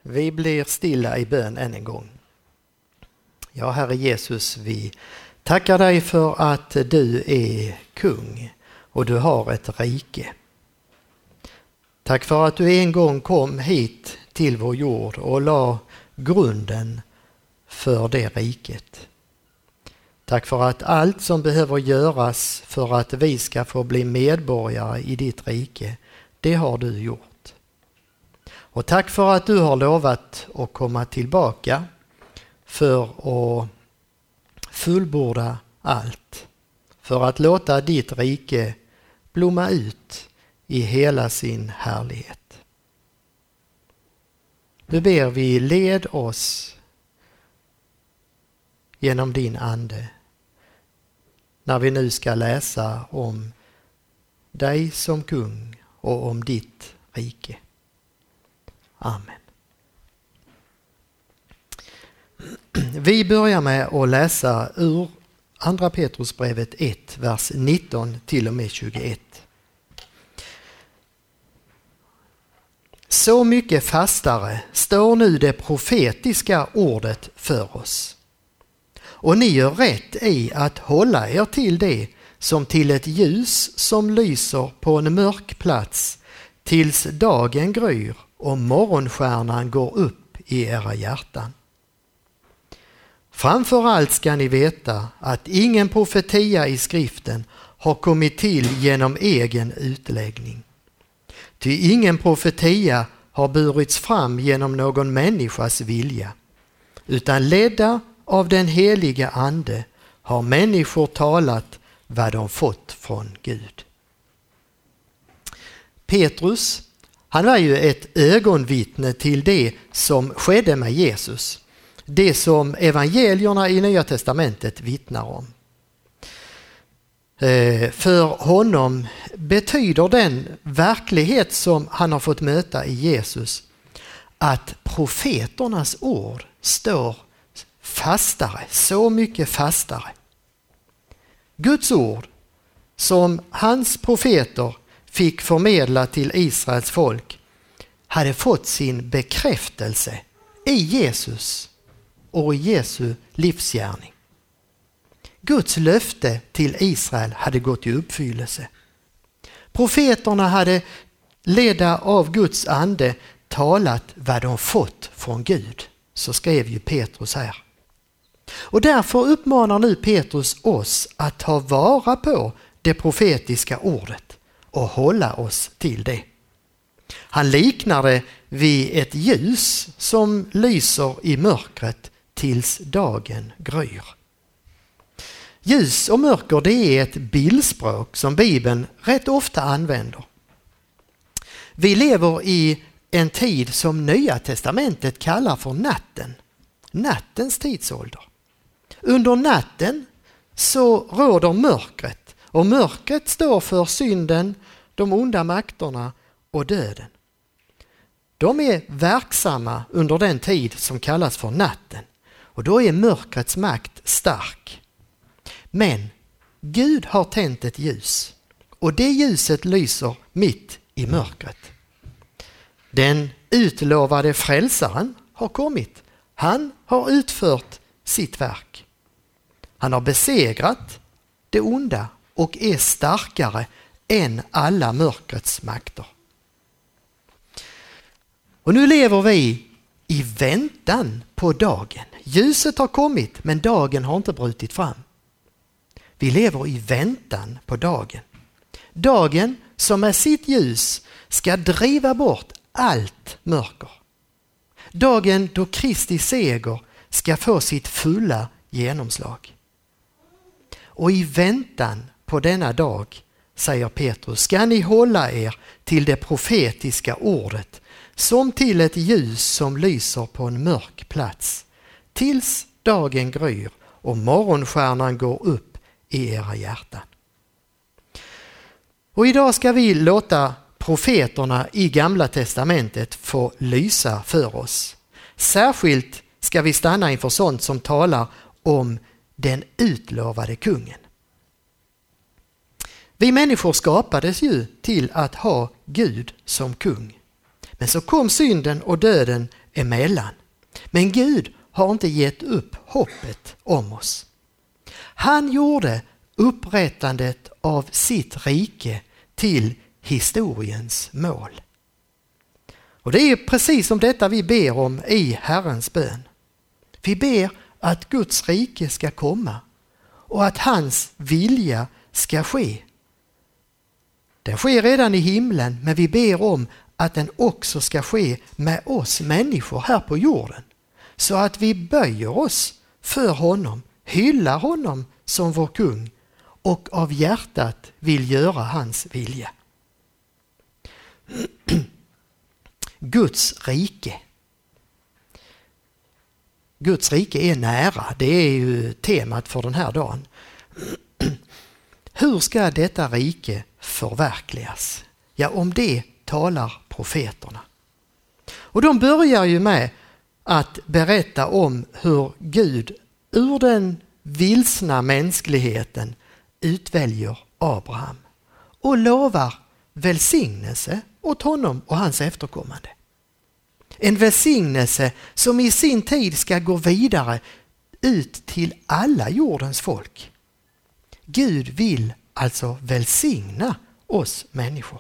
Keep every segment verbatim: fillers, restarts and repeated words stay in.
Vi blir stilla i bön än en gång. Ja, Herre Jesus, vi tackar dig för att du är kung och du har ett rike. Tack för att du en gång kom hit till vår jord och la grunden för det riket. Tack för att allt som behöver göras för att vi ska få bli medborgare i ditt rike, det har du gjort. Och tack för att du har lovat att komma tillbaka för att fullborda allt. För att låta ditt rike blomma ut i hela sin härlighet. Nu ber vi, led oss genom din ande när vi nu ska läsa om dig som kung och om ditt rike. Amen. Vi börjar med att läsa ur Andra Petrusbrevet ett, vers nitton till och med tjugoett. Så mycket fastare står nu det profetiska ordet för oss. Och ni gör rätt i att hålla er till det som till ett ljus som lyser på en mörk plats tills dagen gryr och morgonstjärnan går upp i era hjärtan. Framför allt ska ni veta att ingen profetia i skriften har kommit till genom egen utläggning. Ty ingen profetia har burits fram genom någon människas vilja, utan ledda av den heliga ande har människor talat vad de fått från Gud. Petrus, han var ju ett ögonvittne till det som skedde med Jesus. Det som evangelierna i Nya testamentet vittnar om. För honom betyder den verklighet som han har fått möta i Jesus att profeternas ord står fastare, så mycket fastare. Guds ord som hans profeter fick förmedla till Israels folk hade fått sin bekräftelse i Jesus och i Jesu livsgärning. Guds löfte till Israel hade gått i uppfyllelse. Profeterna hade ledda av Guds ande talat vad de fått från Gud. Så skrev ju Petrus här. Och därför uppmanar nu Petrus oss att ta vara på det profetiska ordet och hålla oss till det. Han liknar det vid ett ljus som lyser i mörkret tills dagen gryr. Ljus och mörker, det är ett bildspråk som Bibeln rätt ofta använder. Vi lever i en tid som Nya testamentet kallar för natten. Nattens tidsålder. Under natten så råder mörkret. Och mörkret står för synden, de onda makterna och döden. De är verksamma under den tid som kallas för natten. Och då är mörkrets makt stark. Men Gud har tänt ett ljus. Och det ljuset lyser mitt i mörkret. Den utlovade frälsaren har kommit. Han har utfört sitt verk. Han har besegrat det onda och är starkare än alla mörkrets makter. Och nu lever vi i väntan på dagen. Ljuset har kommit men dagen har inte brutit fram. Vi lever i väntan på dagen. Dagen som med sitt ljus ska driva bort allt mörker. Dagen då Kristi seger ska få sitt fulla genomslag. Och i väntan på denna dag, säger Petrus, ska ni hålla er till det profetiska ordet som till ett ljus som lyser på en mörk plats tills dagen gryr och morgonstjärnan går upp i era hjärtan. Och idag ska vi låta profeterna i Gamla testamentet få lysa för oss. Särskilt ska vi stanna inför sånt som talar om den utlovade kungen. Vi människor skapades ju till att ha Gud som kung. Men så kom synden och döden emellan. Men Gud har inte gett upp hoppet om oss. Han gjorde upprättandet av sitt rike till historiens mål. Och det är precis som detta vi ber om i Herrens bön. Vi ber att Guds rike ska komma och att hans vilja ska ske. Den sker redan i himlen, men vi ber om att den också ska ske med oss människor här på jorden. Så att vi böjer oss för honom, hyllar honom som vår kung och av hjärtat vill göra hans vilja. Guds rike. Guds rike är nära, det är ju temat för den här dagen. Hur ska detta rike förverkligas? Ja, om det talar profeterna. Och de börjar ju med att berätta om hur Gud ur den vilsna mänskligheten utväljer Abraham och lovar välsignelse åt honom och hans efterkommande. En välsignelse som i sin tid ska gå vidare ut till alla jordens folk. Gud vill alltså välsigna oss människor.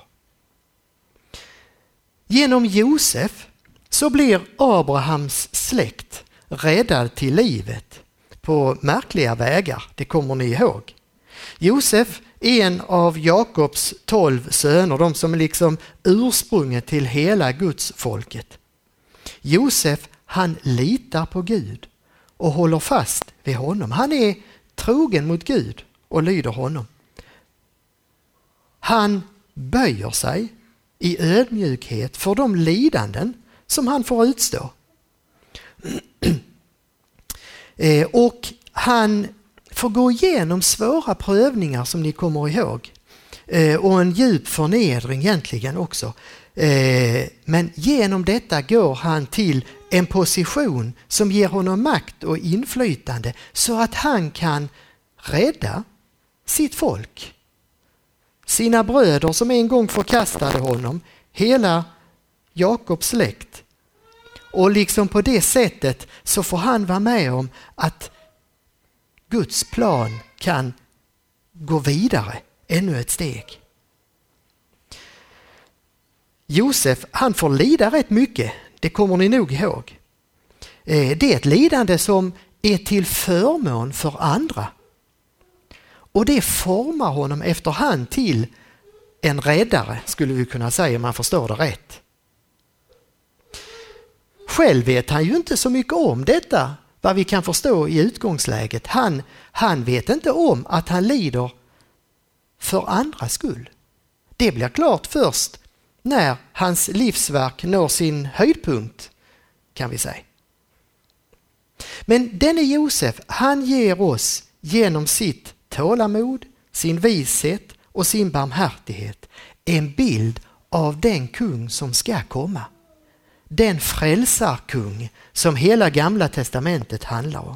Genom Josef så blir Abrahams släkt räddad till livet på märkliga vägar, det kommer ni ihåg. Josef är en av Jakobs tolv söner, de som är liksom ursprunget till hela Guds folket. Josef, han litar på Gud och håller fast vid honom. Han är trogen mot Gud och lyder honom. Han böjer sig i ödmjukhet för de lidanden som han får utstå. Och han får gå igenom svåra prövningar som ni kommer ihåg. Och en djup förnedring egentligen också. Men genom detta går han till en position som ger honom makt och inflytande så att han kan rädda sitt folk. Sina bröder som en gång förkastade honom, hela Jakobs släkt. Och liksom på det sättet så får han vara med om att Guds plan kan gå vidare ännu ett steg. Josef, han får lida rätt mycket, det kommer ni nog ihåg. Det är ett lidande som är till förmån för andra. Och det formar honom efterhand till en räddare, skulle vi kunna säga om man förstår det rätt. Själv vet han ju inte så mycket om detta, vad vi kan förstå i utgångsläget. Han, han vet inte om att han lider för andras skull. Det blir klart först när hans livsverk når sin höjdpunkt, kan vi säga. Men denne Josef, han ger oss genom sitt tålamod, sin vishet och sin barmhärtighet en bild av den kung som ska komma. Den frälsarkung som hela Gamla testamentet handlar om.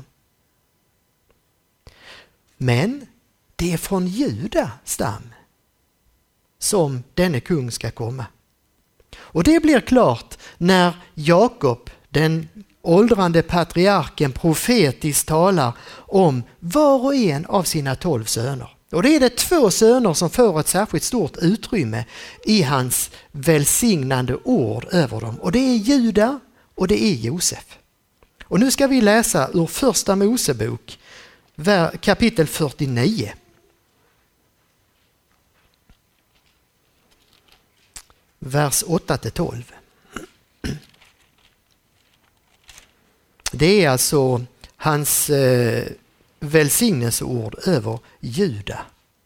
Men det är från Juda stam som denne kung ska komma. Och det blir klart när Jakob, den åldrande patriarken, profetiskt talar om var och en av sina tolv söner. Och det är det två söner som får ett särskilt stort utrymme i hans välsignande ord över dem. Och det är Juda och det är Josef. Och nu ska vi läsa ur första Mosebok, kapitel fyrtionio. Vers åtta till tolv. Det är alltså hans eh, välsignelseord över Juda.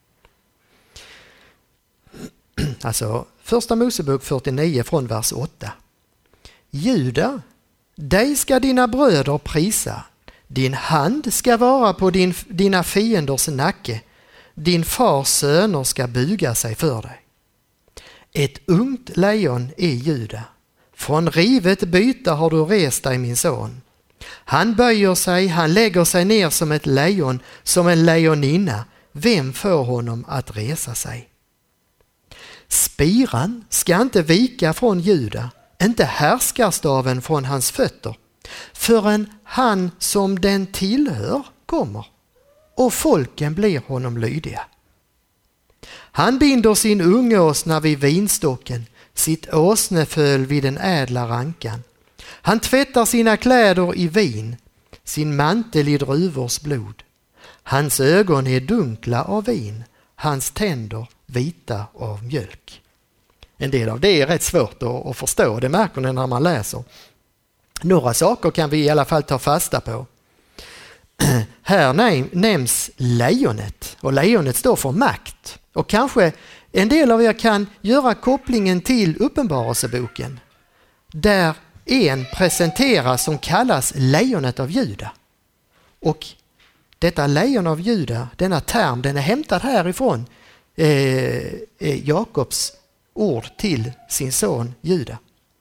Alltså första Mosebok fyrtionio från vers åtta. Juda, dig ska dina bröder prisa. Din hand ska vara på din, dina fienders nacke. Din fars söner ska buga sig för dig. Ett ungt lejon är Juda. Från rivet byta har du rest dig, min son. Han böjer sig, han lägger sig ner som ett lejon, som en lejoninna. Vem får honom att resa sig? Spiran ska inte vika från Juda, inte härskarstaven från hans fötter, förrän han som den tillhör kommer, och folken blir honom lydiga. Han binder sin ungåsna vid vinstocken, sitt åsneföl vid den ädla rankan. Han tvättar sina kläder i vin, sin mantel i druvors blod. Hans ögon är dunkla av vin, hans tänder vita av mjölk. En del av det är rätt svårt att förstå, det märker ni när man läser. Några saker kan vi i alla fall ta fasta på. Här nämns lejonet, och lejonet står för makt. Och kanske en del av er kan göra kopplingen till Uppenbarelseboken, där en presenteras som kallas lejonet av Juda. Och detta lejon av Juda, denna term, den är hämtad härifrån eh, Jakobs ord till sin son Juda.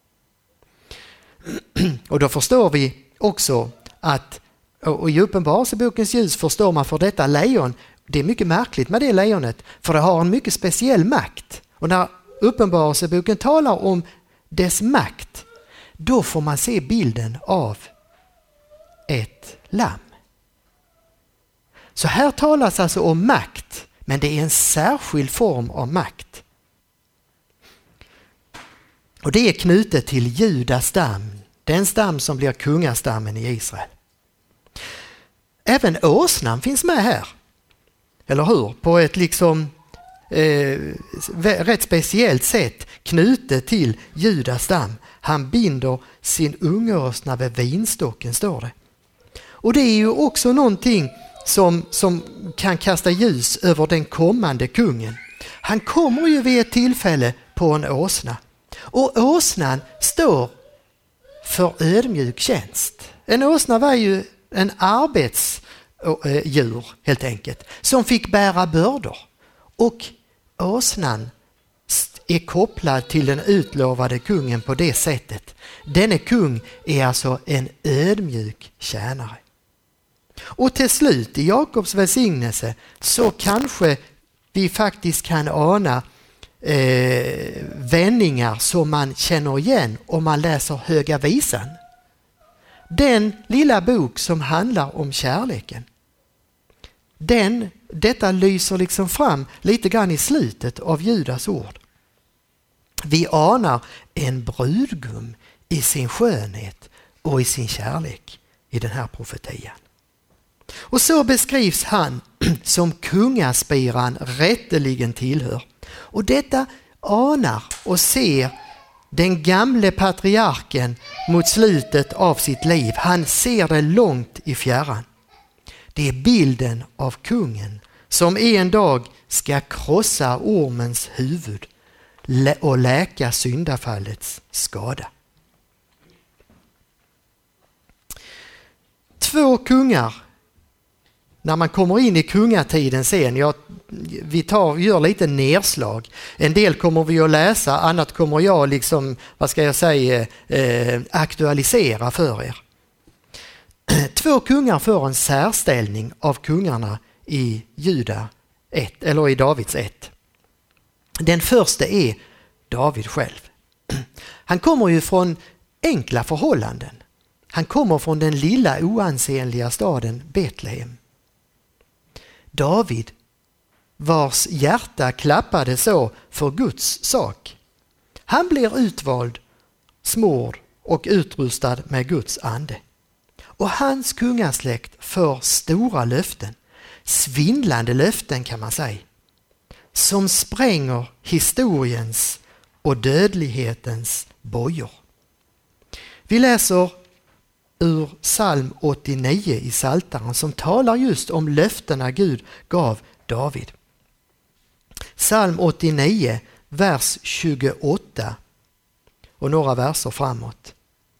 Och då förstår vi också att, och i Uppenbarelsebokens ljus förstår man för detta lejon, det är mycket märkligt med det lejonet, för det har en mycket speciell makt. Och när Uppenbarelseboken talar om dess makt, då får man se bilden av ett lamm. Så här talas alltså om makt, men det är en särskild form av makt. Och det är knutet till Judas stam, den stam som blir kungastammen i Israel. Även åsnan finns med här, eller hur? På ett liksom eh, rätt speciellt sätt knutet till Judas stam. Han binder sin ungåsna vid vinstocken, står det. Och det är ju också någonting som, som kan kasta ljus över den kommande kungen. Han kommer ju vid ett tillfälle på en åsna. Och åsnan står för ödmjuk tjänst. En åsna var ju en arbetsdjur helt enkelt, som fick bära bördor. Och åsnan är kopplad till den utlovade kungen på det sättet. Denne kung är alltså en ödmjuk tjänare. Och till slut i Jakobs välsignelse så kanske vi faktiskt kan ana eh, vändningar som man känner igen om man läser Höga visan. Den lilla bok som handlar om kärleken. Den, detta lyser liksom fram lite grann i slutet av Judas ord. Vi anar en brudgum i sin skönhet och i sin kärlek i den här profetian. Och så beskrivs han som kungaspiran rätteligen tillhör. Och detta anar och ser den gamle patriarken mot slutet av sitt liv. Han ser det långt i fjärran. Det är bilden av kungen som en dag ska krossa ormens huvud och läka syndafallets skada. Två kungar. När man kommer in i kungatiden sen, jag, vi tar, gör lite nedslag. En del kommer vi att läsa, annat kommer jag liksom, vad ska jag säga, eh, aktualisera för er. Två kungar får en särställning av kungarna i Juda ett, eller i Davids ett. Den första är David själv. Han kommer ju från enkla förhållanden. Han kommer från den lilla oansenliga staden Betlehem. David, vars hjärta klappade så för Guds sak. Han blir utvald, smord och utrustad med Guds ande. Och hans kungasläkt får stora löften, svindlande löften kan man säga, som spränger historiens och dödlighetens bojor. Vi läser ur psalm åttionio i Psaltaren som talar just om löftena Gud gav David. Psalm åttionio, vers tjugoåtta och några verser framåt.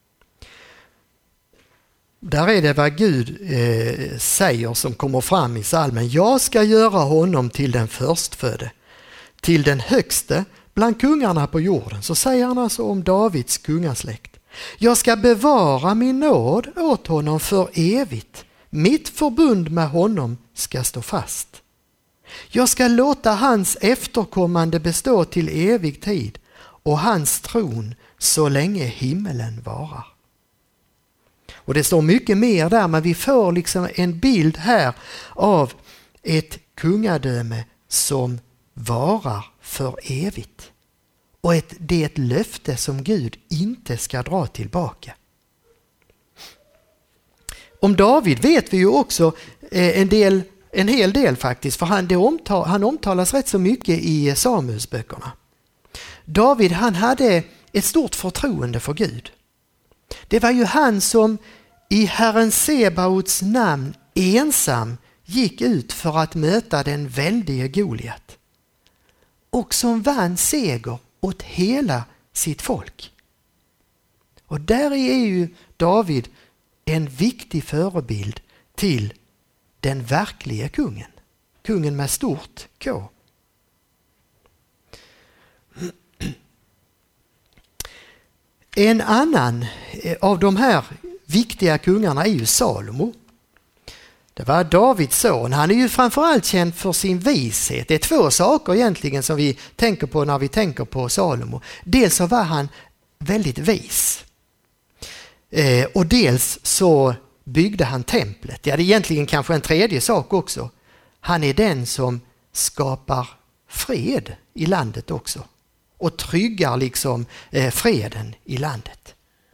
Där är det vad Gud eh, säger som kommer fram i psalmen. Jag ska göra honom till den förstfödde, till den högste bland kungarna på jorden. Så säger han alltså om Davids kungasläkt. Jag ska bevara min nåd åt honom för evigt. Mitt förbund med honom ska stå fast. Jag ska låta hans efterkommande bestå till evig tid och hans tron så länge himmelen varar. Och det står mycket mer där, men vi får liksom en bild här av ett kungadöme som varar för evigt. Och ett, det är ett löfte som Gud inte ska dra tillbaka. Om David vet vi ju också en, del, en hel del faktiskt, för han, det omtal, han omtalas rätt så mycket i Samuelsböckerna. David, han hade ett stort förtroende för Gud. Det var ju han som i Herren Sebaots namn ensam gick ut för att möta den väldige Goliat. Och som vann seger åt hela sitt folk. Och där är ju David en viktig förebild till den verkliga kungen. Kungen med stort K. En annan av de här viktiga kungarna är ju Salomo. Det var Davids son. Han är ju framförallt känd för sin vishet. Det är två saker egentligen som vi tänker på när vi tänker på Salomo. Dels så var han väldigt vis. Eh, och dels så byggde han templet. Ja, det är egentligen kanske en tredje sak också. Han är den som skapar fred i landet också. Och tryggar liksom eh, freden i landet.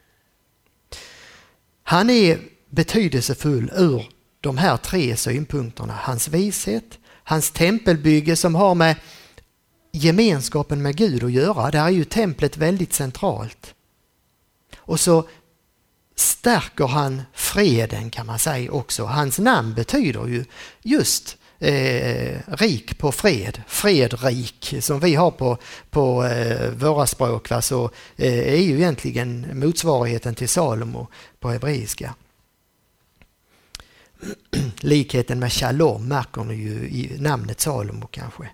Han är betydelsefull ur de här tre synpunkterna. Hans vishet, hans tempelbygge som har med gemenskapen med Gud att göra. Där är ju templet väldigt centralt. Och så stärker han freden kan man säga också. Hans namn betyder ju just eh, rik på fred. Fredrik som vi har på, på eh, våra språk. Va? Så eh, är ju egentligen motsvarigheten till Salomo på hebreiska. Likheten med Shalom märker ni ju i namnet Salomo kanske.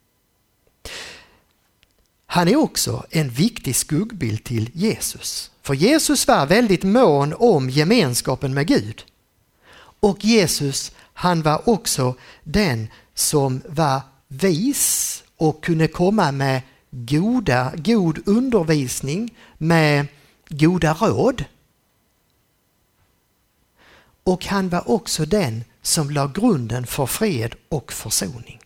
Han är också en viktig skuggbild till Jesus. För Jesus var väldigt mån om gemenskapen med Gud. Och Jesus, han var också den som var vis och kunde komma med goda, god undervisning, med goda råd. Och han var också den som la grunden för fred och försoning.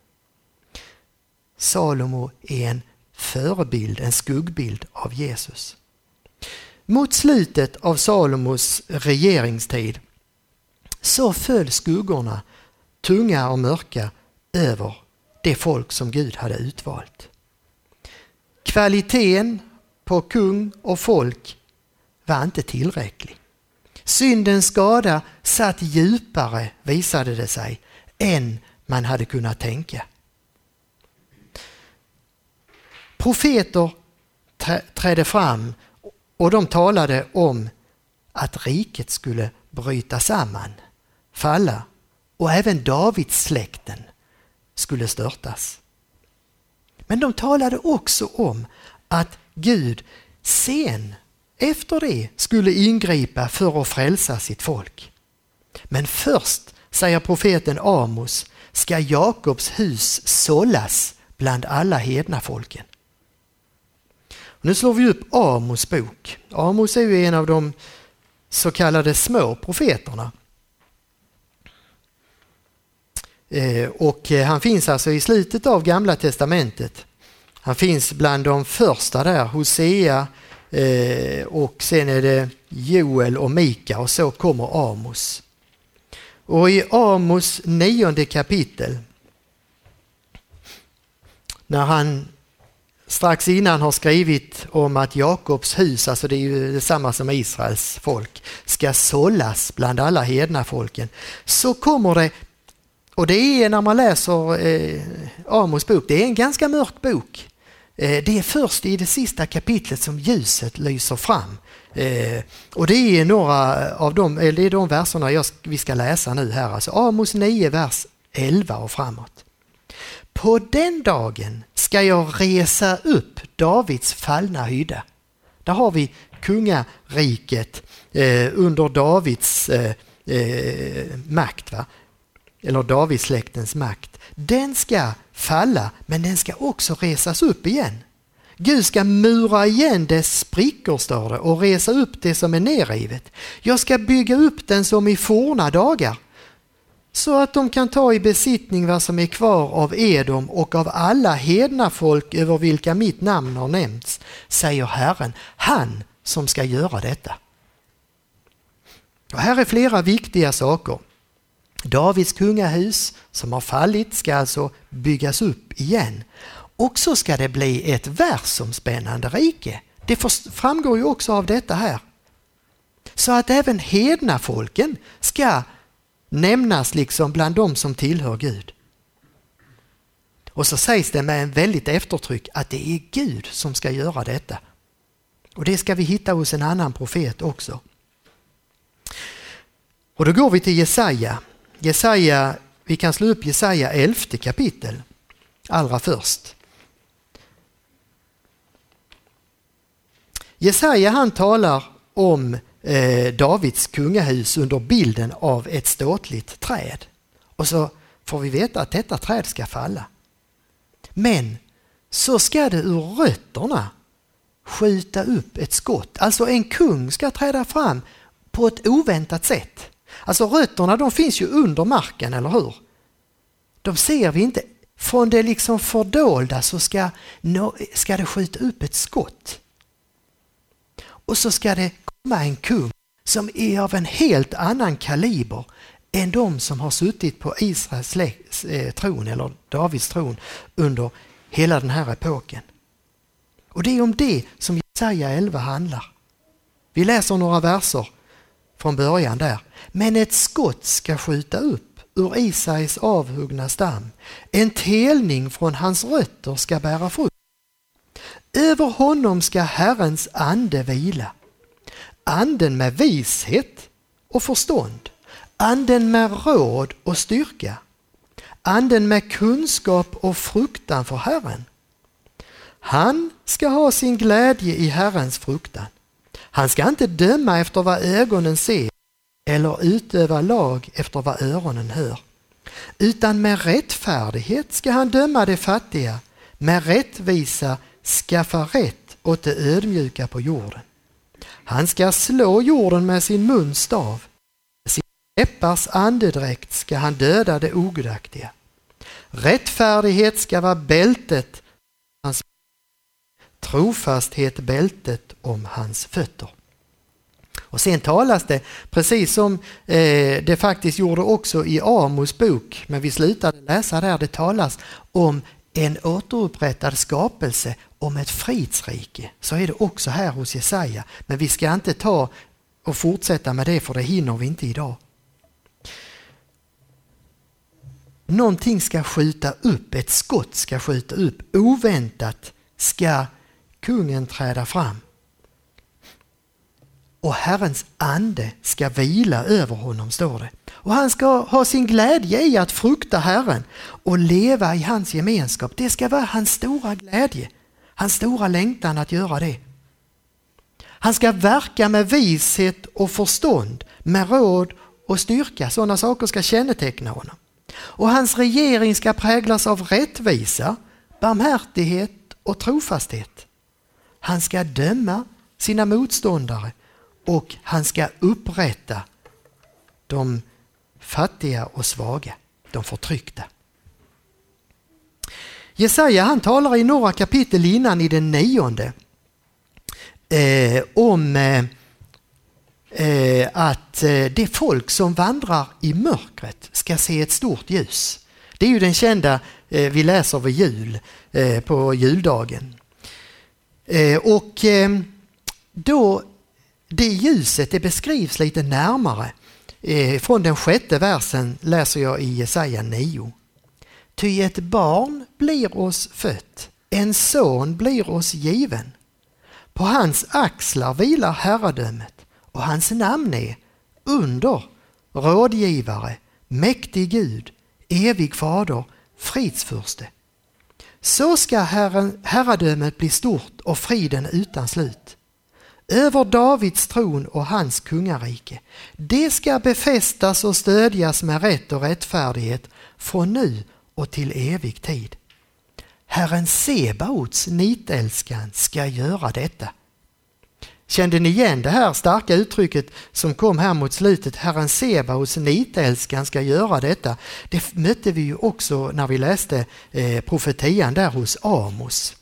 Salomo är en förebild, en skuggbild av Jesus. Mot slutet av Salomos regeringstid så föll skuggorna tunga och mörka över det folk som Gud hade utvalt. Kvaliteten på kung och folk var inte tillräcklig. Syndens skada satt djupare, visade det sig, än man hade kunnat tänka. Profeter trädde fram och de talade om att riket skulle bryta samman, falla och även Davids släkten skulle störtas. Men de talade också om att Gud sen efter det skulle ingripa för att frälsa sitt folk. Men först, säger profeten Amos, ska Jakobs hus sållas bland alla hedna folken. Nu slår vi upp Amos bok. Amos är ju en av de så kallade små profeterna. Eh, och han finns alltså i slutet av Gamla testamentet. Han finns bland de första där, Hosea eh, och sen är det Joel och Mika och så kommer Amos. Och i Amos nionde kapitel, när han strax innan har skrivit om att Jakobs hus, alltså det är ju detsamma som Israels folk, ska sållas bland alla hedna folken, så kommer det, och det är när man läser eh, Amos bok, det är en ganska mörk bok. Eh, det är först i det sista kapitlet som ljuset lyser fram. Eh, och det är några av de, eller det är de verserna jag, vi ska läsa nu här, alltså Amos nio vers elva och framåt. På den dagen ska jag resa upp Davids fallna hydda. Där har vi kungariket eh, under Davids eh, eh, makt, va? Eller Davids släktens makt. Den ska falla, men den ska också resas upp igen. Gud ska mura igen dess sprickor, står det, och resa upp det som är nerrivet. Jag ska bygga upp den som i forna dagar, så att de kan ta i besittning vad som är kvar av Edom och av alla hedna folk över vilka mitt namn har nämnts, säger Herren, han som ska göra detta. Och här är flera viktiga saker. Davids kungahus som har fallit ska alltså byggas upp igen. Och så ska det bli ett världsomspännande rike. Det framgår ju också av detta här. Så att även hedna folken ska nämnas liksom bland de som tillhör Gud. Och så sägs det med en väldigt eftertryck att det är Gud som ska göra detta. Och det ska vi hitta hos en annan profet också. Och då går vi till Jesaja. Jesaja, vi kan slå upp Jesaja elfte kapitel allra först. Jesaja han talar om eh, Davids kungahus under bilden av ett ståtligt träd. Och så får vi veta att detta träd ska falla. Men så ska det ur rötterna skjuta upp ett skott. Alltså en kung ska träda fram på ett oväntat sätt. Alltså rötterna, de finns ju under marken, eller hur? De ser vi inte. Från det liksom fördolda så ska, ska det skjuta upp ett skott. Och så ska det komma en kung som är av en helt annan kaliber än de som har suttit på Israels eh, tron eller Davids tron under hela den här epoken. Och det är om det som Jesaja elva handlar. Vi läser några verser från början där. Men ett skott ska skjuta upp ur Isais avhuggna stam. En telning från hans rötter ska bära frukt. Över honom ska Herrens ande vila. Anden med vishet och förstånd. Anden med råd och styrka. Anden med kunskap och fruktan för Herren. Han ska ha sin glädje i Herrens fruktan. Han ska inte döma efter vad ögonen ser eller utöva lag efter vad öronen hör. Utan med rättfärdighet ska han döma de fattiga, med rättvisa skaffa rätt åt de ödmjuka på jorden. Han ska slå jorden med sin munstav. Sin läppars andedräkt ska han döda det ogudaktiga. Rättfärdighet ska vara bältet, hans trofasthet bältet om hans fötter. Och sen talas det, precis som eh, det faktiskt gjorde också i Amos bok, men vi slutade läsa där, det talas om en återupprättad skapelse, om ett fridsrike. Så är det också här hos Jesaja, men vi ska inte ta och fortsätta med det, för det hinner vi inte idag. Någonting ska skjuta upp, ett skott ska skjuta upp, oväntat ska kungen träda fram. Och Herrens ande ska vila över honom, står det. Och han ska ha sin glädje i att frukta Herren och leva i hans gemenskap. Det ska vara hans stora glädje, hans stora längtan att göra det. Han ska verka med vishet och förstånd, med råd och styrka. Sådana saker ska känneteckna honom. Och hans regering ska präglas av rättvisa, barmhärtighet och trofasthet. Han ska döma sina motståndare och han ska upprätta de fattiga och svaga, de förtryckta. Jesaja han talar i några kapitel innan, i den nionde, eh, om eh, att eh, det folk som vandrar i mörkret ska se ett stort ljus. Det är ju den kända eh, vi läser vid jul, eh, på juldagen. Eh, och eh, då det ljuset, det beskrivs lite närmare. Eh, från den sjätte versen läser jag i Jesaja nio. Ty ett barn blir oss fött, en son blir oss given. På hans axlar vilar herradömet och hans namn är under, rådgivare, mäktig Gud, evig fader, fridsfurste. Så ska herren, herradömet bli stort och friden utan slut. Över Davids tron och hans kungarike. Det ska befästas och stödjas med rätt och rättfärdighet från nu och till evig tid. Herren Sebaots nitälskan ska göra detta. Kände ni igen det här starka uttrycket som kom här mot slutet? Herren Sebaots nitälskan ska göra detta. Det mötte vi ju också när vi läste eh, profetian där hos Amos.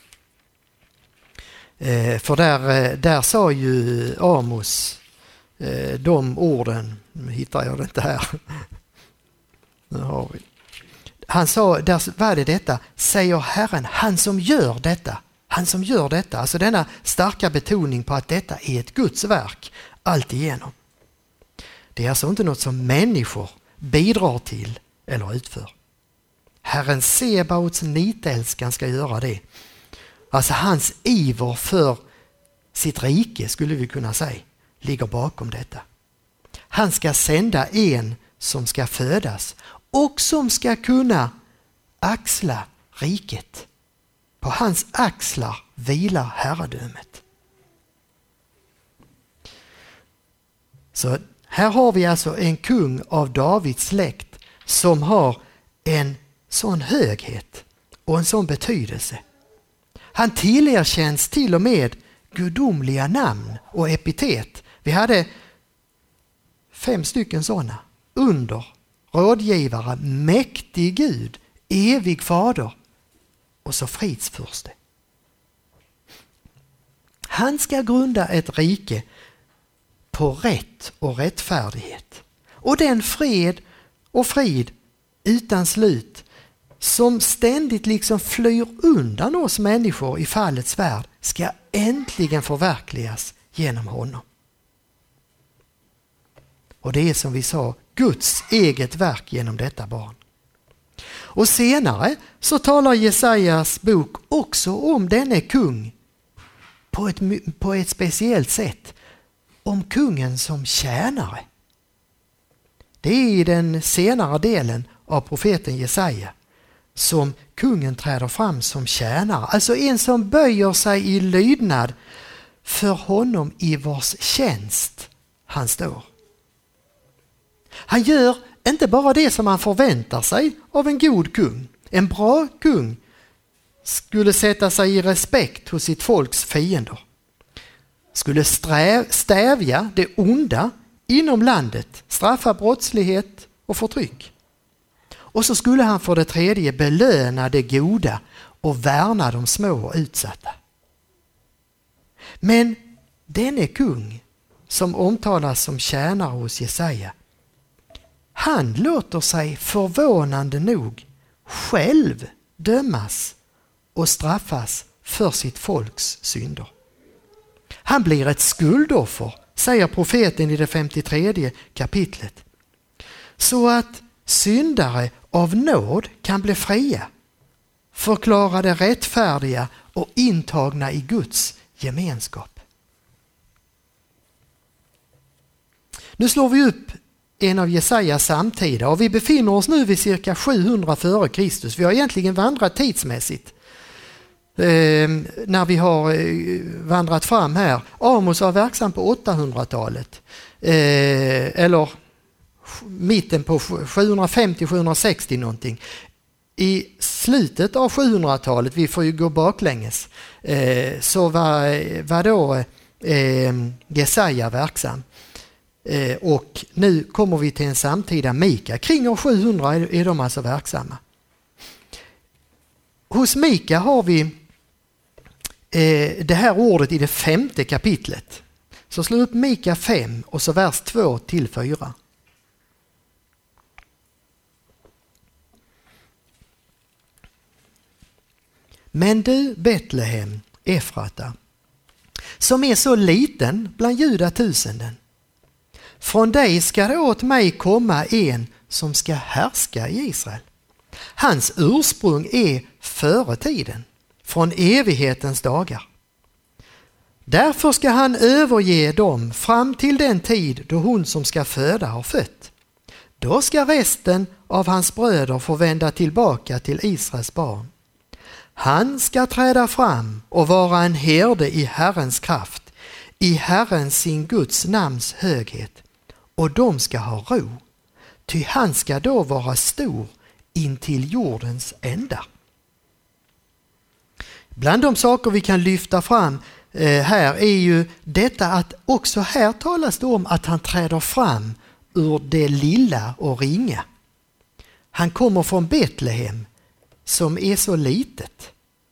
Eh, för där, där sa ju Amos eh, de orden, nu hittar jag det inte här. Nu har vi. Han sa, där var det detta, säger Herren, han som gör detta. Han som gör detta, alltså denna starka betoning på att detta är ett Guds verk allt igenom. Det är alltså inte något som människor bidrar till eller utför. Herren Sebaots nitälskan ska göra det. Alltså hans iver för sitt rike, skulle vi kunna säga, ligger bakom detta. Han ska sända en som ska födas och som ska kunna axla riket. På hans axlar vilar herradömet. Så här har vi alltså en kung av Davids släkt som har en sån höghet och en sån betydelse. Han tillerkänns till och med gudomliga namn och epitet. Vi hade fem stycken sådana. Under, rådgivare, mäktig Gud, evig fader och så fridsfurste. Han ska grunda ett rike på rätt och rättfärdighet. Och den fred och frid utan slut som ständigt liksom flyr undan oss människor i fallets värld ska äntligen förverkligas genom honom. Och det är som vi sa Guds eget verk genom detta barn. Och senare så talar Jesajas bok också om denne kung på ett, på ett speciellt sätt. Om kungen som tjänare. Det är i den senare delen av profeten Jesaja som kungen träder fram som tjänare. Alltså en som böjer sig i lydnad för honom i vars tjänst han står. Han gör inte bara det som man förväntar sig av en god kung. En bra kung skulle sätta sig i respekt hos sitt folks fiender. Skulle sträv, stävja det onda inom landet, straffa brottslighet och förtryck. Och så skulle han för det tredje belöna det goda och värna de små och utsatta. Men denne kung som omtalas som tjänare hos Jesaja, han låter sig förvånande nog själv dömas och straffas för sitt folks synder. Han blir ett skuldoffer, säger profeten i det femtiotredje kapitlet. Så att syndare av nåd kan bli fria, förklarade rättfärdiga och intagna i Guds gemenskap. Nu slår vi upp en av Jesajas samtida och vi befinner oss nu vid cirka sjuhundra före Kristus. Vi har egentligen vandrat tidsmässigt eh, när vi har eh, vandrat fram här. Amos var verksam på åttahundratalet eh, eller mitten på sjuhundrafemtio sjuhundrasextio någonting. I slutet av sjuhundratalet, vi får ju gå baklänges, eh, så var, var då eh, Jesaja verksam. Eh, och nu kommer vi till en samtida Mika. Kring år sjuhundra är, är de alltså verksamma. Hos Mika har vi eh, det här ordet i det femte kapitlet. Så slå upp Mika fem och så vers två till fyra. Men du Betlehem, Efrata, som är så liten bland judatusenden, från dig ska det åt mig komma en som ska härska i Israel. Hans ursprung är före tiden, från evighetens dagar. Därför ska han överge dem fram till den tid då hon som ska föda har fött. Då ska resten av hans bröder få vända tillbaka till Israels barn. Han ska träda fram och vara en herde i Herrens kraft, i Herrens sin Guds namns höghet, och de ska ha ro, ty han ska då vara stor in till jordens ända. Bland de saker vi kan lyfta fram eh, här är ju detta att också här talas det om att han träder fram ur det lilla och ringa. Han kommer från Betlehem som är så litet.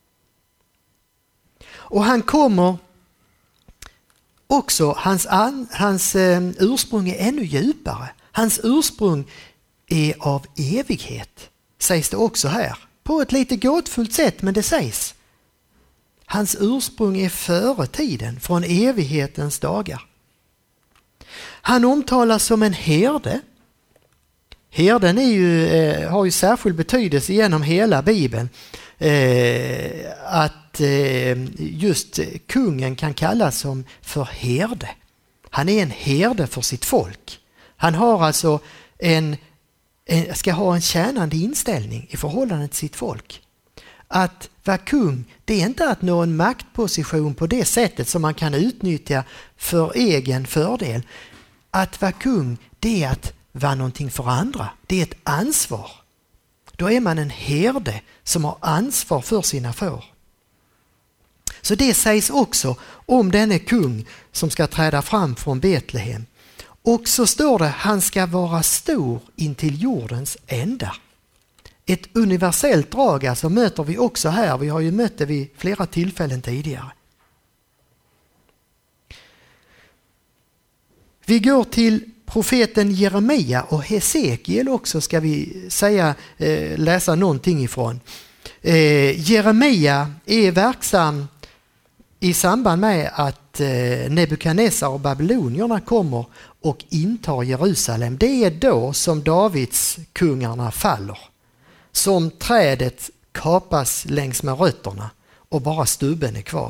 Och han kommer också, hans, an, hans eh, ursprung är ännu djupare. Hans ursprung är av evighet, sägs det också här. På ett lite gåtfullt sätt, men det sägs. Hans ursprung är före tiden, från evighetens dagar. Han omtalas som en herde. Herden är ju, eh, har ju särskild betydelse genom hela Bibeln. Eh, att eh, just kungen kan kallas som för herde. Han är en herde för sitt folk. Han har alltså en, en, ska ha en tjänande inställning i förhållande till sitt folk. Att vara kung, det är inte att nå en maktposition på det sättet som man kan utnyttja för egen fördel. Att vara kung, det är att vara någonting för andra. Det är ett ansvar. Då är man en herde som har ansvar för sina får. Så det sägs också om denne kung som ska träda fram från Betlehem. Och så står det, han ska vara stor intill jordens ända. Ett universellt drag alltså möter vi också här. Vi har ju mött det vid flera tillfällen tidigare. Vi går till profeten Jeremia och Hesekiel också, ska vi säga, eh, läsa någonting ifrån. Eh, Jeremia är verksam i samband med att eh, Nebukadnessar och babylonierna kommer och intar Jerusalem. Det är då som Davids kungarna faller. Som trädet kapas längs med rötterna och bara stubben är kvar.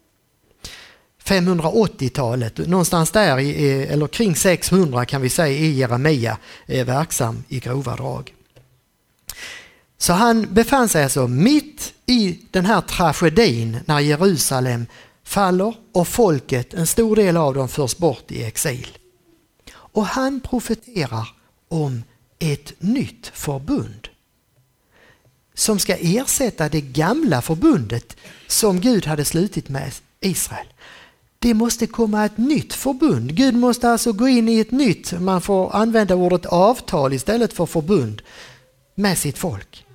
femhundraåttiotalet, någonstans där, eller kring sexhundra kan vi säga, är Jeremia verksam i grova drag. Så han befann sig alltså mitt i den här tragedin när Jerusalem faller och folket, en stor del av dem, förs bort i exil. Och han profeterar om ett nytt förbund som ska ersätta det gamla förbundet som Gud hade slutit med Israel. Det måste komma ett nytt förbund. Gud måste alltså gå in i ett nytt, man får använda ordet avtal istället för förbund, med sitt folk.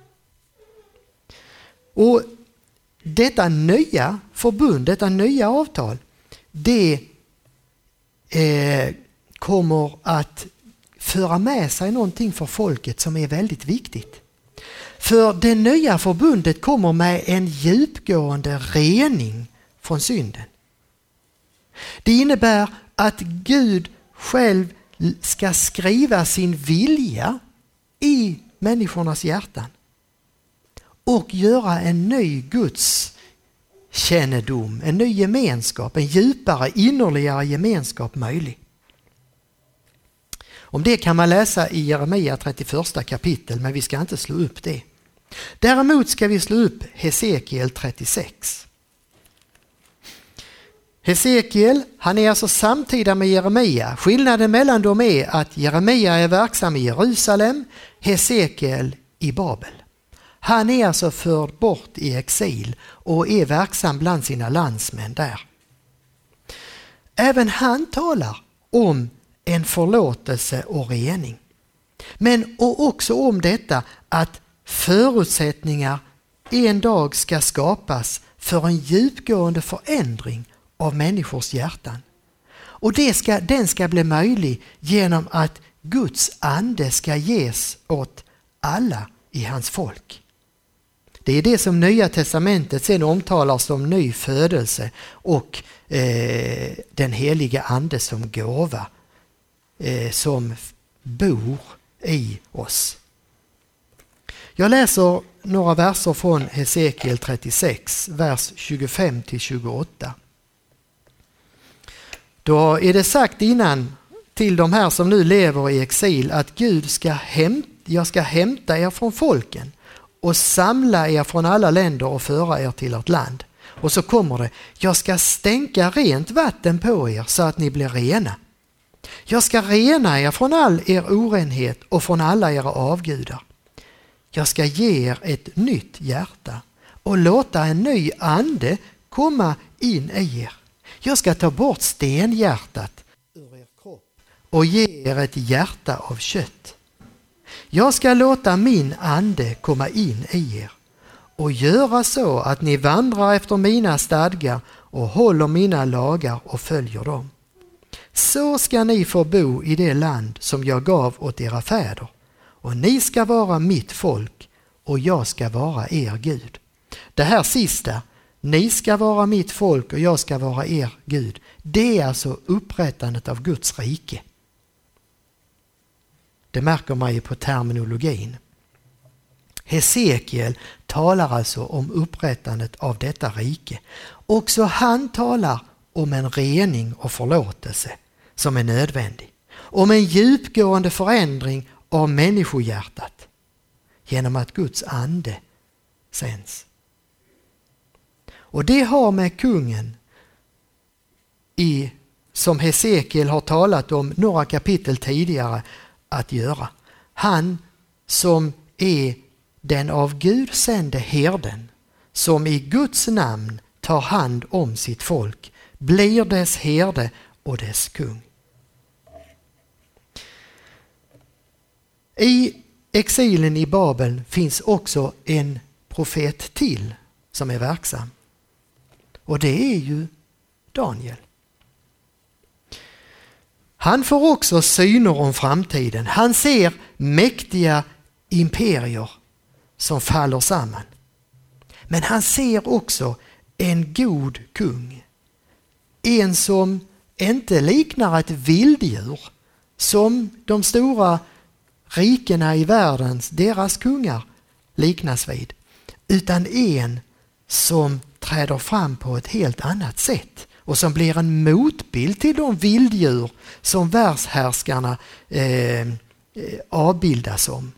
Och detta nya förbund, detta nya avtal, det eh, kommer att föra med sig någonting för folket som är väldigt viktigt. För det nya förbundet kommer med en djupgående rening från synden. Det innebär att Gud själv ska skriva sin vilja i människornas hjärtan och göra en ny Guds kännedom, en ny gemenskap, en djupare, innerligare gemenskap möjlig. Om det kan man läsa i Jeremia trettioförsta kapitel, men vi ska inte slå upp det. Däremot ska vi slå upp Hesekiel trettiosex. Hesekiel, han är alltså samtida med Jeremia. Skillnaden mellan dem är att Jeremia är verksam i Jerusalem, Hesekiel i Babel. Han är alltså förd bort i exil och är verksam bland sina landsmän där. Även han talar om en förlåtelse och rening. Men och också om detta att förutsättningar en dag ska skapas för en djupgående förändring av människors hjärtan. Och det ska, den ska bli möjlig genom att Guds ande ska ges åt alla i hans folk. Det är det som Nya testamentet sen omtalar som ny födelse och eh, den heliga ande som gåva eh, som bor i oss. Jag läser några verser från Hesekiel trettiosex, vers tjugofem till tjugoåtta. Då är det sagt innan till de här som nu lever i exil att Gud ska hämta, jag ska hämta er från folken och samla er från alla länder och föra er till ert land. Och så kommer det, jag ska stänka rent vatten på er så att ni blir rena. Jag ska rena er från all er orenhet och från alla era avgudar. Jag ska ge er ett nytt hjärta och låta en ny ande komma in i er. Jag ska ta bort stenhjärtat ur er kropp och ge er ett hjärta av kött. Jag ska låta min ande komma in i er och göra så att ni vandrar efter mina stadgar och håller mina lagar och följer dem. Så ska ni få bo i det land som jag gav åt era fäder, och ni ska vara mitt folk och jag ska vara er Gud. Det här sista, ni ska vara mitt folk och jag ska vara er Gud, det är alltså upprättandet av Guds rike. Det märker man ju på terminologin. Hesekiel talar alltså om upprättandet av detta rike. Också han talar om en rening och förlåtelse som är nödvändig. Om en djupgående förändring av människohjärtat genom att Guds ande sänds. Och det har med kungen i, som Hesekiel har talat om några kapitel tidigare, att göra. Han som är den av Gud sände herden, som i Guds namn tar hand om sitt folk, blir dess herde och dess kung. I exilen i Babel finns också en profet till som är verksam. Och det är ju Daniel. Han får också syner om framtiden. Han ser mäktiga imperier som faller samman. Men han ser också en god kung. En som inte liknar ett vilddjur som de stora rikena i världen, deras kungar, liknas vid. Utan en som träder fram på ett helt annat sätt och som blir en motbild till de vilddjur som världshärskarna eh, avbildas som.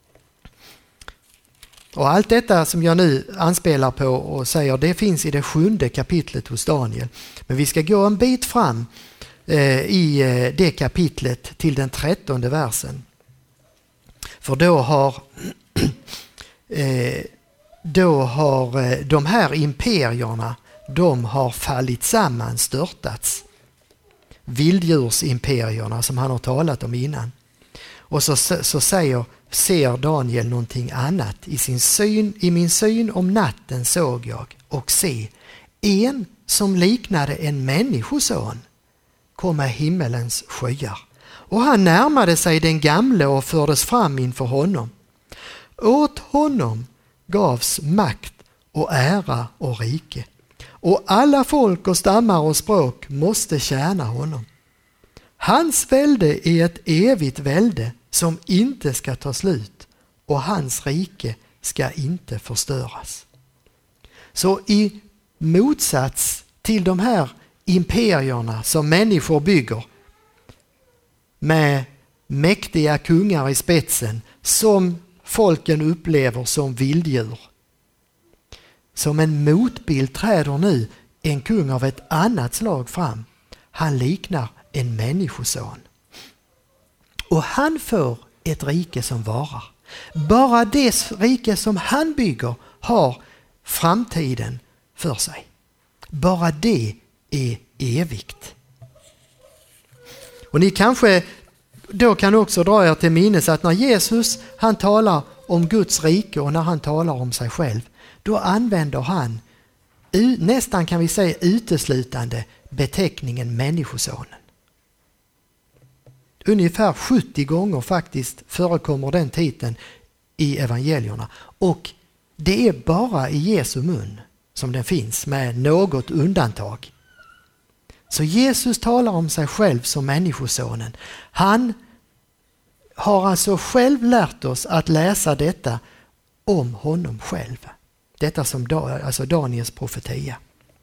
Och allt detta som jag nu anspelar på och säger, det finns i det sjunde kapitlet hos Daniel. Men vi ska gå en bit fram eh, i eh, det kapitlet till den trettonde versen. För då har eh, då har eh, de här imperierna, de har fallit samman, störtats. Vilddjursimperierna som han har talat om innan. Och så, så säger, ser Daniel någonting annat. I sin syn, i min syn om natten såg jag och se en som liknade en människoson komma himmelens skyar. Och han närmade sig den gamle och fördes fram inför honom. Åt honom gavs makt och ära och rike. Och alla folk och stammar och språk måste tjäna honom. Hans välde är ett evigt välde som inte ska ta slut, och hans rike ska inte förstöras. Så i motsats till de här imperierna som människor bygger med mäktiga kungar i spetsen som folken upplever som vilddjur, som en motbild träder nu en kung av ett annat slag fram. Han liknar en människoson. Och han får ett rike som varar. Bara det rike som han bygger har framtiden för sig. Bara det är evigt. Och ni kanske då kan också dra er till minnes att när Jesus han talar om Guds rike och när han talar om sig själv, då använder han nästan, kan vi säga, uteslutande beteckningen människosonen. Ungefär sjuttio gånger faktiskt förekommer den titeln i evangelierna, och det är bara i Jesu mun som den finns, med något undantag. Så Jesus talar om sig själv som människosonen. Han har alltså själv lärt oss att läsa detta om honom själv. Detta som alltså Daniels profetia.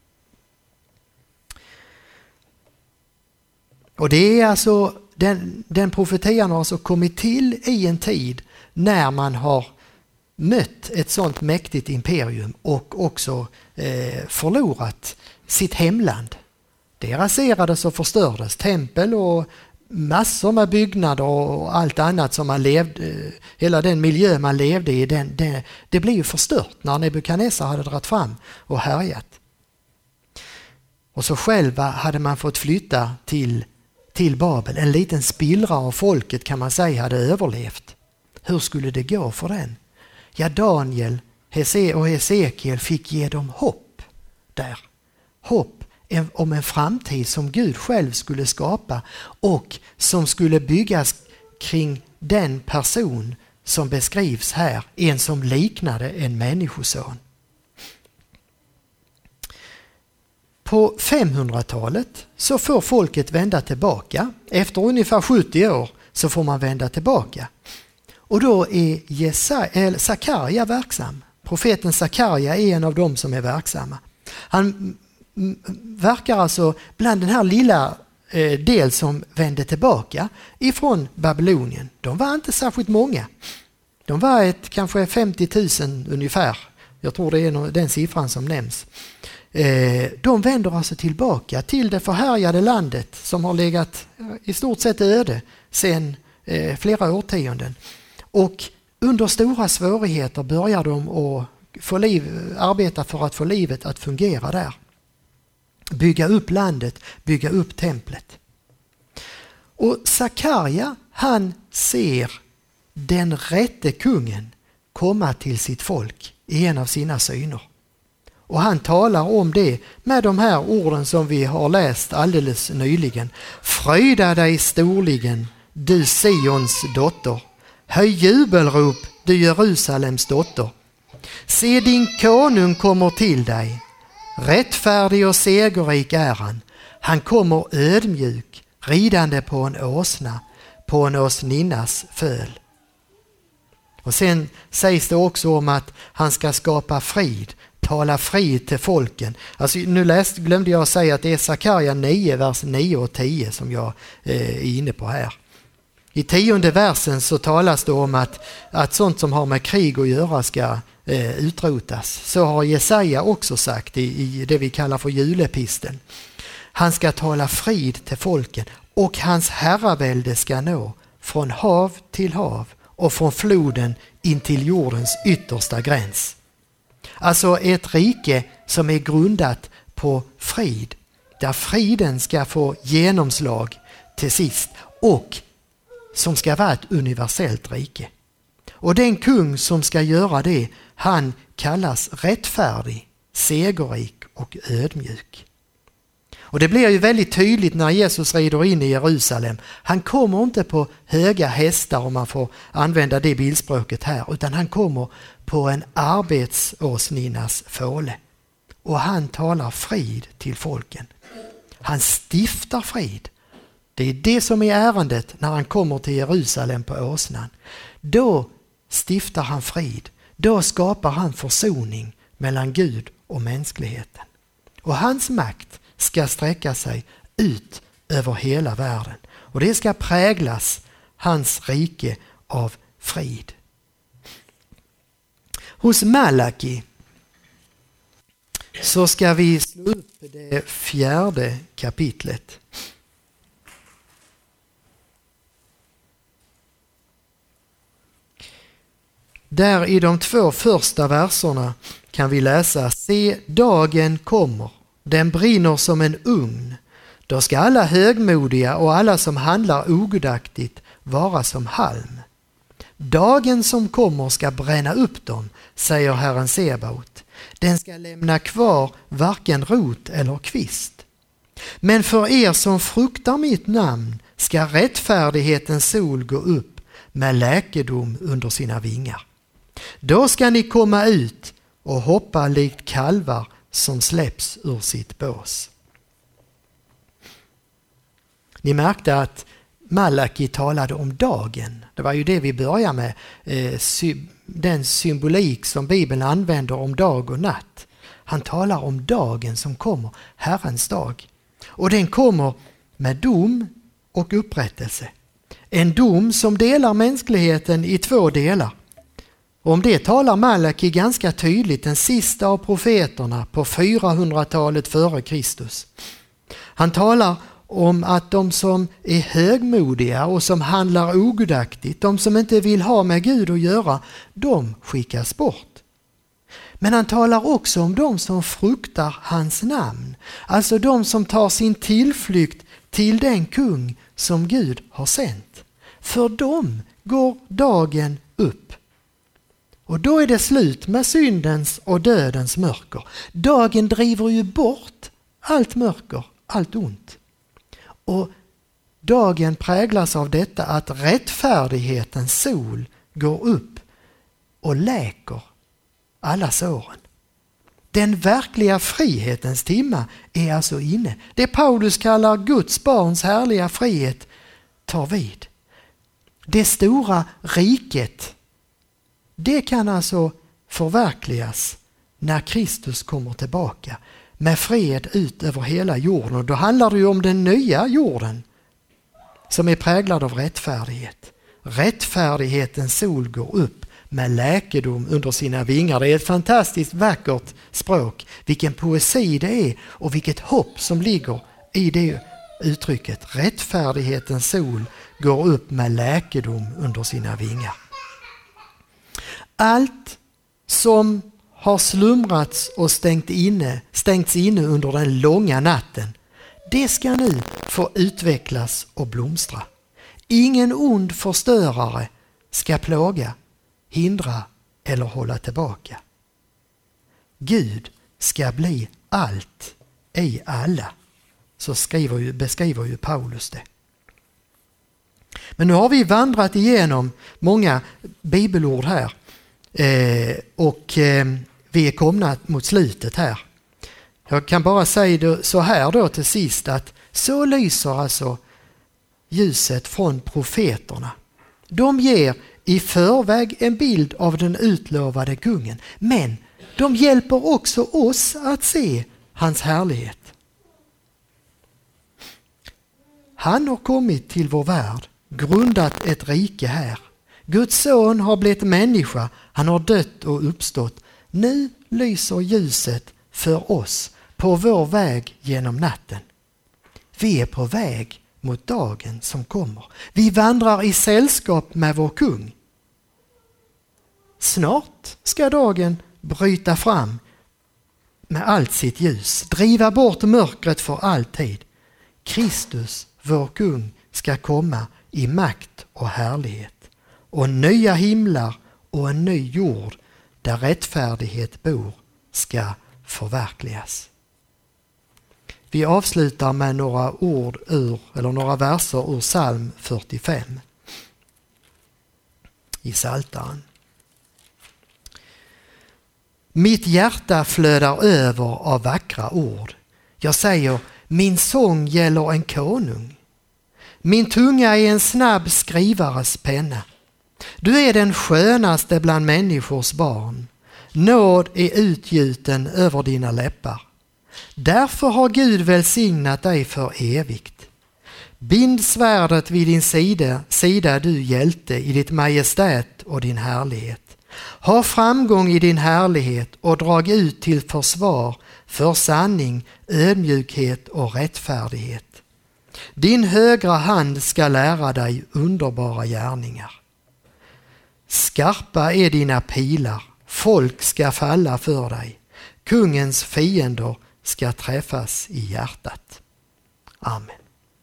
Och det är alltså den, den profetian har alltså kommit till i en tid när man har mött ett sånt mäktigt imperium och också eh, förlorat sitt hemland. Det raserades och förstördes. Tempel och massor med byggnader och allt annat som man levde, hela den miljö man levde i, den, det, det blev ju förstört när Nebukadnessar hade dragit fram och härjat. Och så själva hade man fått flytta till, till Babel. En liten spillra av folket kan man säga hade överlevt. Hur skulle det gå för den? Ja, Daniel och Hesekiel fick ge dem hopp där. Hopp om en framtid som Gud själv skulle skapa och som skulle byggas kring den person som beskrivs här, en som liknade en människoson. På femhundratalet så får folket vända tillbaka. Efter ungefär sjuttio år så får man vända tillbaka. Och då är Jesaja, Sakarja verksam. Profeten Sakarja är en av dem som är verksamma. Han verkar alltså bland den här lilla eh, del som vände tillbaka ifrån Babylonien. De var inte särskilt många. De var ett, kanske femtio tusen ungefär. Jag tror det är den siffran som nämns. Eh, de vänder alltså tillbaka till det förhärjade landet som har legat i stort sett öde sedan eh, flera årtionden. Och under stora svårigheter börjar de att få liv, arbeta för att få livet att fungera där. Bygga upp landet, bygga upp templet. Och Sakarja, han ser den rätte kungen komma till sitt folk i en av sina syner. Och han talar om det med de här orden som vi har läst alldeles nyligen. Fröjda dig storligen, du Sions dotter. Höj jubelrop, du Jerusalems dotter. Se, din konung kommer till dig. Rättfärdig och segerrik är han. Han kommer ödmjuk, ridande på en åsna, på en åsninnas föl. Och sen sägs det också om att han ska skapa frid, tala frid till folken. Alltså, nu läst, glömde jag säga att det är Sakarja nio, vers nio och tio som jag eh, är inne på här. I tionde versen så talas det om att, att sånt som har med krig att göra ska eh, utrotas. Så har Jesaja också sagt i, i det vi kallar för julepisten. Han ska tala frid till folken och hans herravälde ska nå från hav till hav och från floden in till jordens yttersta gräns. Alltså ett rike som är grundat på frid, där friden ska få genomslag till sist och som ska vara ett universellt rike. Och den kung som ska göra det, han kallas rättfärdig, segerrik och ödmjuk. Och det blir ju väldigt tydligt när Jesus rider in i Jerusalem. Han kommer inte på höga hästar, om man får använda det bildspråket här, utan han kommer på en arbetsåsninnas fåle. Och han talar frid till folken. Han stiftar frid. Det är det som är ärendet när han kommer till Jerusalem på åsnan. Då stiftar han frid. Då skapar han försoning mellan Gud och mänskligheten. Och hans makt ska sträcka sig ut över hela världen. Och det ska präglas hans rike av frid. Hos Malaki så ska vi slå upp det fjärde kapitlet. Där i de två första verserna kan vi läsa: Se, dagen kommer, den brinner som en ugn. Då ska alla högmodiga och alla som handlar ogudaktigt vara som halm. Dagen som kommer ska bränna upp dem, säger Herren Sebaot. Den ska lämna kvar varken rot eller kvist. Men för er som fruktar mitt namn ska rättfärdighetens sol gå upp med läkedom under sina vingar. Då ska ni komma ut och hoppa likt kalvar som släpps ur sitt bås. Ni märkte att Malaki talade om dagen. Det var ju det vi började med. Eh, sy- den symbolik som Bibeln använder om dag och natt. Han talar om dagen som kommer, Herrens dag. Och den kommer med dom och upprättelse. En dom som delar mänskligheten i två delar. Och om det talar Malaki ganska tydligt, den sista av profeterna på fyrahundratalet före Kristus. Han talar om att de som är högmodiga och som handlar ogudaktigt, de som inte vill ha med Gud att göra, de skickas bort. Men han talar också om de som fruktar hans namn, alltså de som tar sin tillflykt till den kung som Gud har sänt. För dem går dagen upp. Och då är det slut med syndens och dödens mörker. Dagen driver ju bort allt mörker, allt ont. Och dagen präglas av detta att rättfärdighetens sol går upp och läker alla såren. Den verkliga frihetens timma är alltså inne. Det Paulus kallar Guds barns härliga frihet tar vid. Det stora riket, det kan alltså förverkligas när Kristus kommer tillbaka med fred ut över hela jorden. Och då handlar det ju om den nya jorden som är präglad av rättfärdighet. Rättfärdighetens sol går upp med läkedom under sina vingar. Det är ett fantastiskt vackert språk. Vilken poesi det är och vilket hopp som ligger i det uttrycket. Rättfärdighetens sol går upp med läkedom under sina vingar. Allt som har slumrats och stängt inne, stängts inne under den långa natten, det ska nu få utvecklas och blomstra. Ingen ond förstörare ska plåga, hindra eller hålla tillbaka. Gud ska bli allt i alla. Så skriver ju, beskriver ju Paulus det. Men nu har vi vandrat igenom många bibelord här. Eh, och eh, vi är komna mot slutet här. Jag kan bara säga då, så här då till sist, att så lyser alltså ljuset från profeterna. De ger i förväg en bild av den utlovade kungen, men de hjälper också oss att se hans härlighet. Han har kommit till vår värld, grundat ett rike här. Guds son har blivit människa, han har dött och uppstått. Nu lyser ljuset för oss på vår väg genom natten. Vi är på väg mot dagen som kommer. Vi vandrar i sällskap med vår kung. Snart ska dagen bryta fram med allt sitt ljus, driva bort mörkret för alltid. Kristus, vår kung, ska komma i makt och härlighet. Och nya himlar och en ny jord där rättfärdighet bor ska förverkligas. Vi avslutar med några ord ur, eller några verser ur psalm fyrtiofem i Psaltaren. Mitt hjärta flödar över av vackra ord. Jag säger, min sång gäller en konung. Min tunga är en snabb skrivares penna. Du är den skönaste bland människors barn. Nåd är utgjuten över dina läppar. Därför har Gud välsignat dig för evigt. Bind svärdet vid din sida, sida du hjälte, i ditt majestät och din härlighet. Ha framgång i din härlighet och drag ut till försvar för sanning, ödmjukhet och rättfärdighet. Din högra hand ska lära dig underbara gärningar. Skarpa är dina pilar, folk ska falla för dig. Kungens fiender ska träffas i hjärtat. Amen.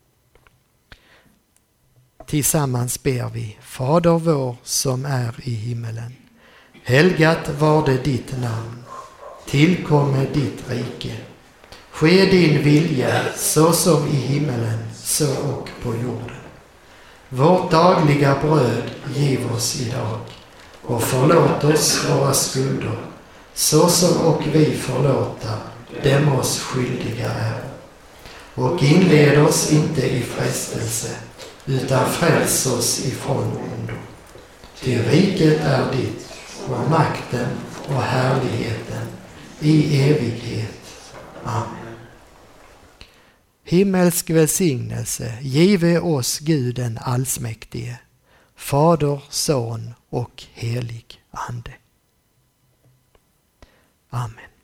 Tillsammans ber vi. Fader vår som är i himmelen. Helgat var det ditt namn. Tillkomme ditt rike. Ske din vilja så som i himmelen så och på jorden. Vårt dagliga bröd giv oss idag och förlåt oss våra skulder så som och vi förlåta dem oss skyldiga är. Och inled oss inte i frestelse utan fräls oss ifrån ondo. Ty riket är ditt och makten och härligheten i evighet. Amen. Himmelsk välsignelse give oss Gud den allsmäktige, Fader, Son och helig Ande. Amen.